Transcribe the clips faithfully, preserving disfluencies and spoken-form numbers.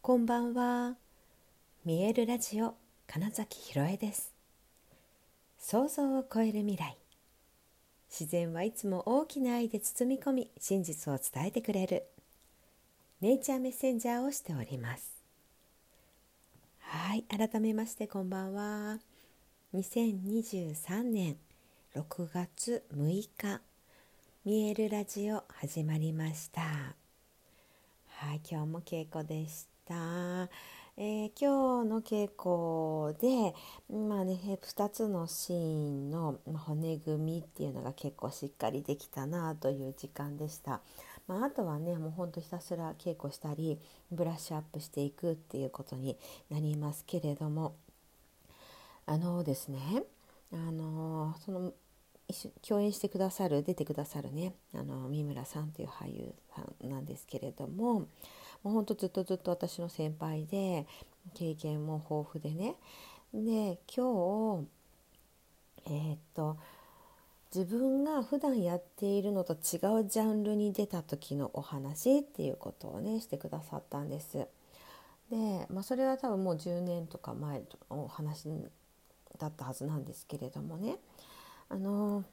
こんばんは。見えるラジオ金崎ひろえです。想像を超える未来。自然はいつも大きな愛で包み込み、真実を伝えてくれるネイチャーメッセンジャーをしております。はい、改めましてこんばんは。にせんにじゅうさんねんろくがつむいか、見えるラジオ始まりました。はい、今日も稽古でした。えー、今日の稽古で、まあね、ふたつのシーンの骨組みっていうのが結構しっかりできたなという時間でした。まあ、あとはね、もうほんとひたすら稽古したりブラッシュアップしていくっていうことになりますけれども、あのですね、あのその一緒共演してくださる出てくださるね、あの三村さんという俳優さんなんですけれども、もうほんとずっとずっと私の先輩で経験も豊富でね、で今日えーっと自分が普段やっているのと違うジャンルに出た時のお話っていうことをねしてくださったんです。で、まあ、それは多分もうじゅうねんとか前のお話だったはずなんですけれどもね、あの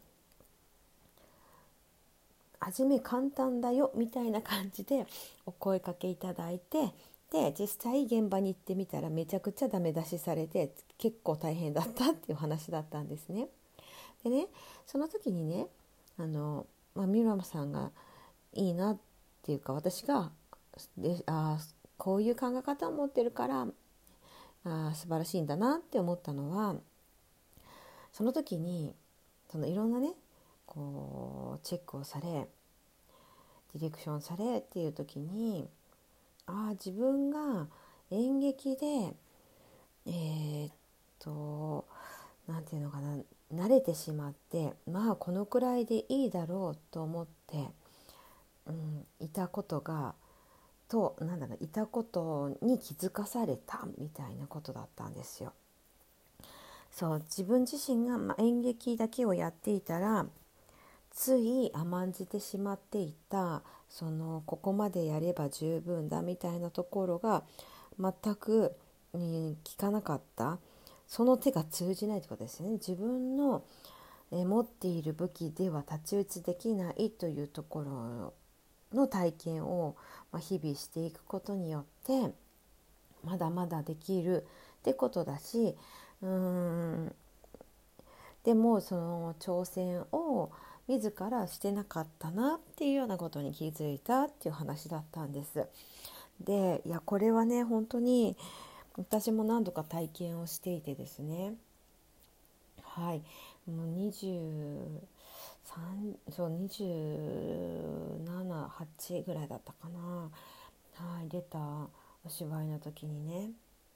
初め簡単だよみたいな感じでお声かけいただいて、で実際現場に行ってみたらめちゃくちゃダメ出しされて結構大変だったっていう話だったんですね。でね、その時にね、あの、まあ、ミラさんがいいなっていうか、私がであこういう考え方を持ってるからあ素晴らしいんだなって思ったのは、その時にそのいろんなねこうチェックをされディレクションされっていう時に、あ自分が演劇でえー、っとなんていうのかな、慣れてしまって、まあこのくらいでいいだろうと思って、うん、いたことがとなんだろういたことに気づかされたみたいなことだったんですよ。そう自分自身が、まあ、演劇だけをやっていたらつい甘んじてしまっていた、そのここまでやれば十分だみたいなところが全く、うん、効かなかった。その手が通じないということですね。自分のえ持っている武器では太刀打ちできないというところの体験を、まあ、日々していくことによってまだまだできるってことだし、うーんでもその挑戦を自らしてなかったなっていうようなことに気づいたっていう話だったんです。で、いやこれはね本当に私も何度か体験をしていてですね、はい、もうにじゅうさんそうにじゅうなな、はちぐらいだったかな、はい、出たお芝居の時にね、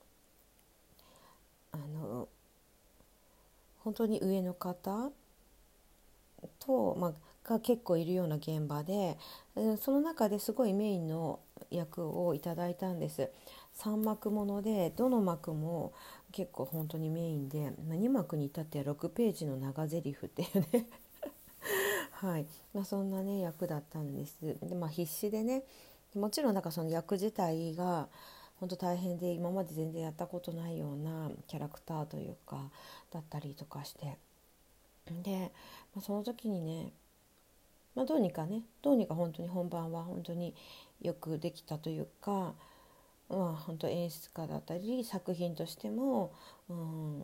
あの本当に上の方と、まあ、が結構いるような現場で、その中ですごいメインの役をいただいたんです。さん幕ものでどの幕も結構本当にメインで、に幕に至ってはろくページの長台詞っていうねはい、まあ、そんなね役だったんです。で、まあ、必死でね、もちろんなんかその役自体が本当大変で今まで全然やったことないようなキャラクターというかだったりとかして、で、まあ、その時にね、まあ、どうにかねどうにか本当に本番は本当によくできたというか、まあ、本当演出家だったり作品としても、うん、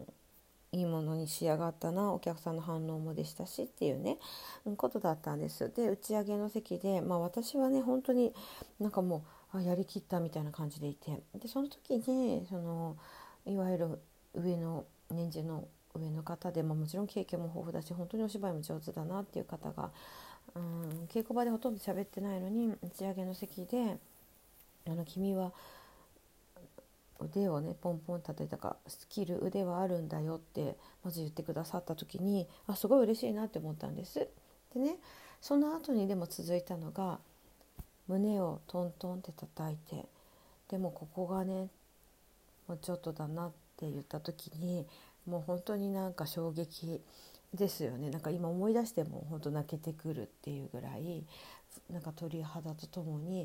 いいものに仕上がったな、お客さんの反応もでしたしっていうね、うんことだったんです。で打ち上げの席で、まあ、私はね本当になんかもうあやりきったみたいな感じでいて、でその時にそのいわゆる上の年次の上の方で、まあ、もちろん経験も豊富だし本当にお芝居も上手だなっていう方が、うん、稽古場でほとんど喋ってないのに打ち上げの席であの君は腕をねポンポン叩いたかスキル腕はあるんだよってまず言ってくださった時に、あすごい嬉しいなって思ったんです。でね、その後にでも続いたのが胸をトントンって叩いて、でもここがねもうちょっとだなって言った時にもう本当になんか衝撃ですよね。なんか今思い出しても本当泣けてくるっていうぐらいなんか鳥肌とともに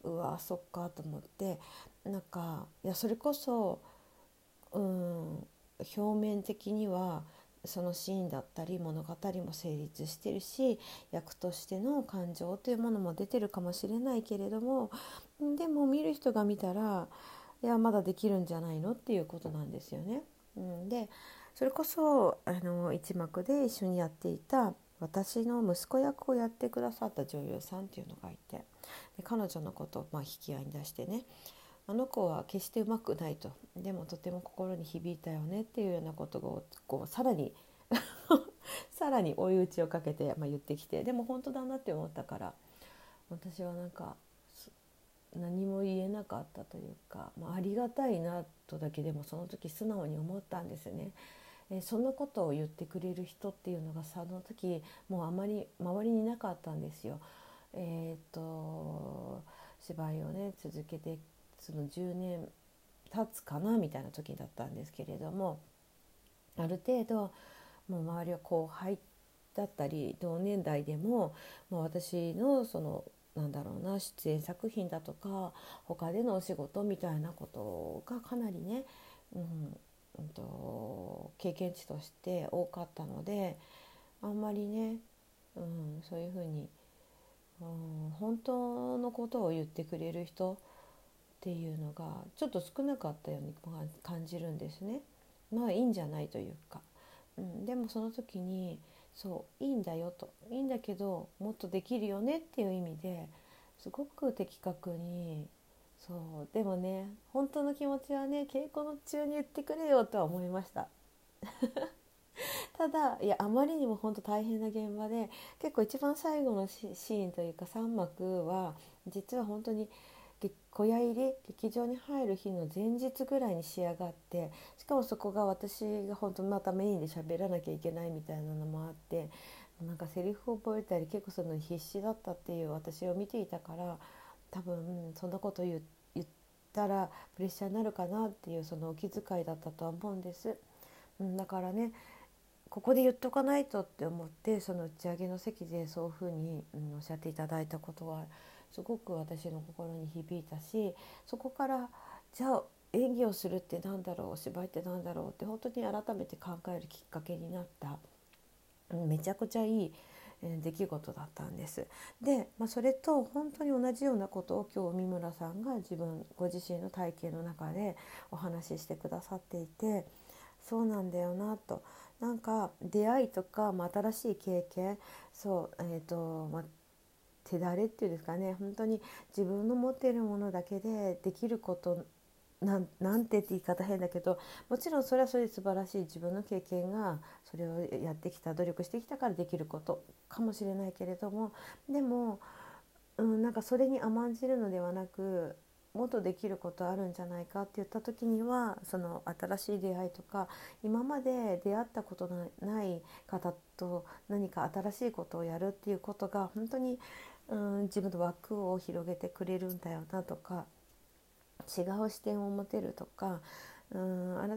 うわそっかと思って、なんかいやそれこそうん表面的にはそのシーンだったり物語も成立してるし、役としての感情というものも出てるかもしれないけれども、でも見る人が見たらいやまだできるんじゃないのっていうことなんですよね。うん、でそれこそあの一幕で一緒にやっていた私の息子役をやってくださった女優さんっていうのがいて、で彼女のことをまあ引き合いに出してね、あの子は決してうまくないと、でもとても心に響いたよねっていうようなことをこうさらにさらに追い打ちをかけて、まあ、言ってきて、でも本当だなって思ったから、私はなんか何も言えなかったというか、まあ、ありがたいなとだけでもその時素直に思ったんですね。えそんなことを言ってくれる人っていうのがその時もうあまり周りにいなかったんですよ。えー、っと芝居をね続けてそのじゅうねん経つかなみたいな時だったんですけれども、ある程度もう周りは後輩だったり同年代でも、もう私のそのなんだろうな出演作品だとか他でのお仕事みたいなことがかなりね、うんうんと経験値として多かったので、あんまりね、うん、そういうふうに、うん、本当のことを言ってくれる人っていうのがちょっと少なかったように感じるんですね。まあいいんじゃないというか、うん、でもその時にそういいんだよと、いいんだけどもっとできるよねっていう意味ですごく的確に、そうでもね本当の気持ちはね稽古の中に言ってくれよとは思いました。ただいやあまりにも本当大変な現場で、結構一番最後のシーンというかさん幕は実は本当に小屋入り劇場に入る日の前日ぐらいに仕上がって、しかもそこが私が本当またメインで喋らなきゃいけないみたいなのもあって、なんかセリフを覚えたり結構その必死だったっていう私を見ていたから、多分そんなこと言言ったらプレッシャーになるかなっていうそのお気遣いだったとは思うんです。うん、だからねここで言っとかないとって思って、その打ち上げの席でそういうふうに、うん、おっしゃっていただいたことはすごく私の心に響いたし、そこからじゃあ演技をするってなんだろう、お芝居ってなんだろうって本当に改めて考えるきっかけになった、うん、めちゃくちゃいい出来事だったんです。で、まあ、それと本当に同じようなことを今日三村さんが自分ご自身の体験の中でお話ししてくださっていて、そうなんだよなと、なんか出会いとか、まあ、新しい経験、そう、えーとまあ、手だれっていうんですかね、本当に自分の持っているものだけでできることなん、なんてって言い方変だけど、もちろんそれはそれで素晴らしい自分の経験がそれをやってきた努力してきたからできることかもしれないけれども、でも、うん、なんかそれに甘んじるのではなく、もっとできることあるんじゃないかって言った時には、その新しい出会いとか今まで出会ったことのない方と何か新しいことをやるっていうことが本当に、うん、自分の枠を広げてくれるんだよなとか、違う視点を持てるとか、うん、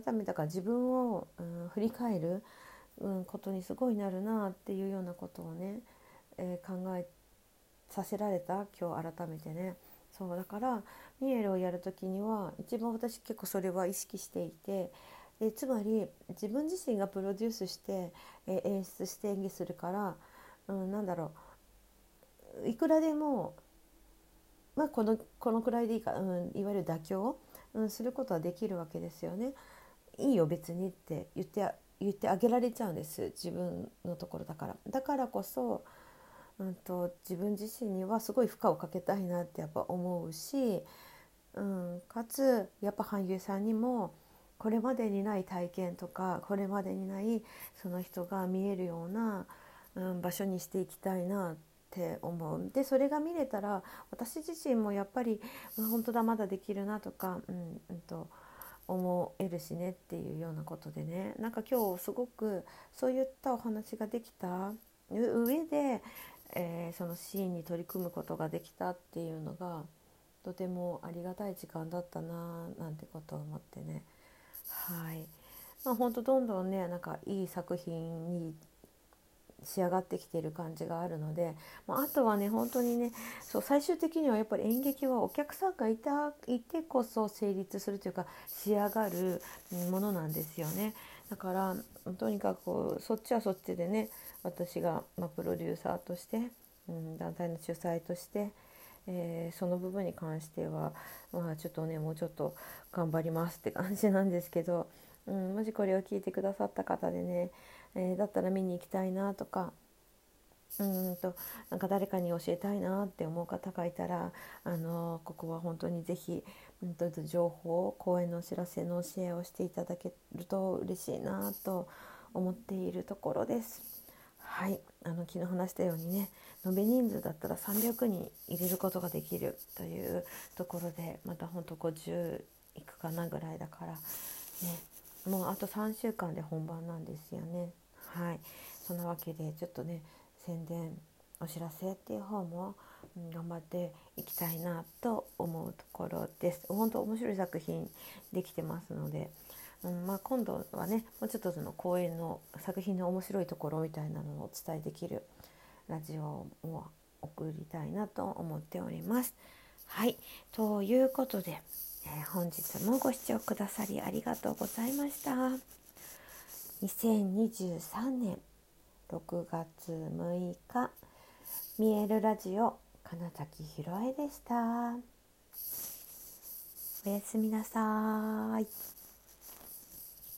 改めてから自分を、うん、振り返る、うん、ことにすごいなるなっていうようなことをね、えー、考えさせられた今日改めてね。そうだからミエルをやるときには一番私結構それは意識していて、でつまり自分自身がプロデュースして、えー、演出して演技するから、うん、なんだろう、いくらでもまあ、この、このくらいでいいか、うん、いわゆる妥協、うん、することはできるわけですよね。いいよ別にって言って、言ってあげられちゃうんです、自分のところだから。だからこそ、うんと、自分自身にはすごい負荷をかけたいなってやっぱ思うし、うん、かつやっぱ俳優さんにもこれまでにない体験とかこれまでにないその人が見えるような、うん、場所にしていきたいなって思う。でそれが見れたら私自身もやっぱり、まあ、本当だまだできるなとか、うんうんと思えるしねっていうようなことでね、なんか今日すごくそういったお話ができた上で、えーそのシーンに取り組むことができたっていうのがとてもありがたい時間だったななんてことを思ってね。はい、まあ、本当どんどんねなんかいい作品に仕上がってきている感じがあるので、まあ、あとはね本当にねそう最終的にはやっぱり演劇はお客さんがいたいてこそ成立するというか仕上がるものなんですよね。だからとにかくこうそっちはそっちでね私が、まあ、プロデューサーとして、うん、団体の主催として、えー、その部分に関しては、まあ、ちょっとねもうちょっと頑張りますって感じなんですけど、うん、もしこれを聞いてくださった方でね、えー、だったら見に行きたいなとかうんとなんか誰かに教えたいなって思う方がいたら、あのここは本当にぜひ、うんと、情報講演のお知らせのシェアをしていただけると嬉しいなと思っているところです。はい、あの昨日話したようにね延べ人数だったらさんびゃくにん入れることができるというところで、また本当ごじゅういくかなぐらいだからね、もうあとさんしゅうかんで本番なんですよね。はい、そんなわけでちょっとね宣伝お知らせっていう方も、うん、頑張っていきたいなと思うところです。本当面白い作品できてますので、うんまあ、今度はねもうちょっとその公演の作品の面白いところみたいなのをお伝えできるラジオを送りたいなと思っております。はい、ということで、えー、本日もご視聴くださりありがとうございました。にせんにじゅうさんねんろくがつむいか見えるラジオ金崎ひろえでした。おやすみなさい。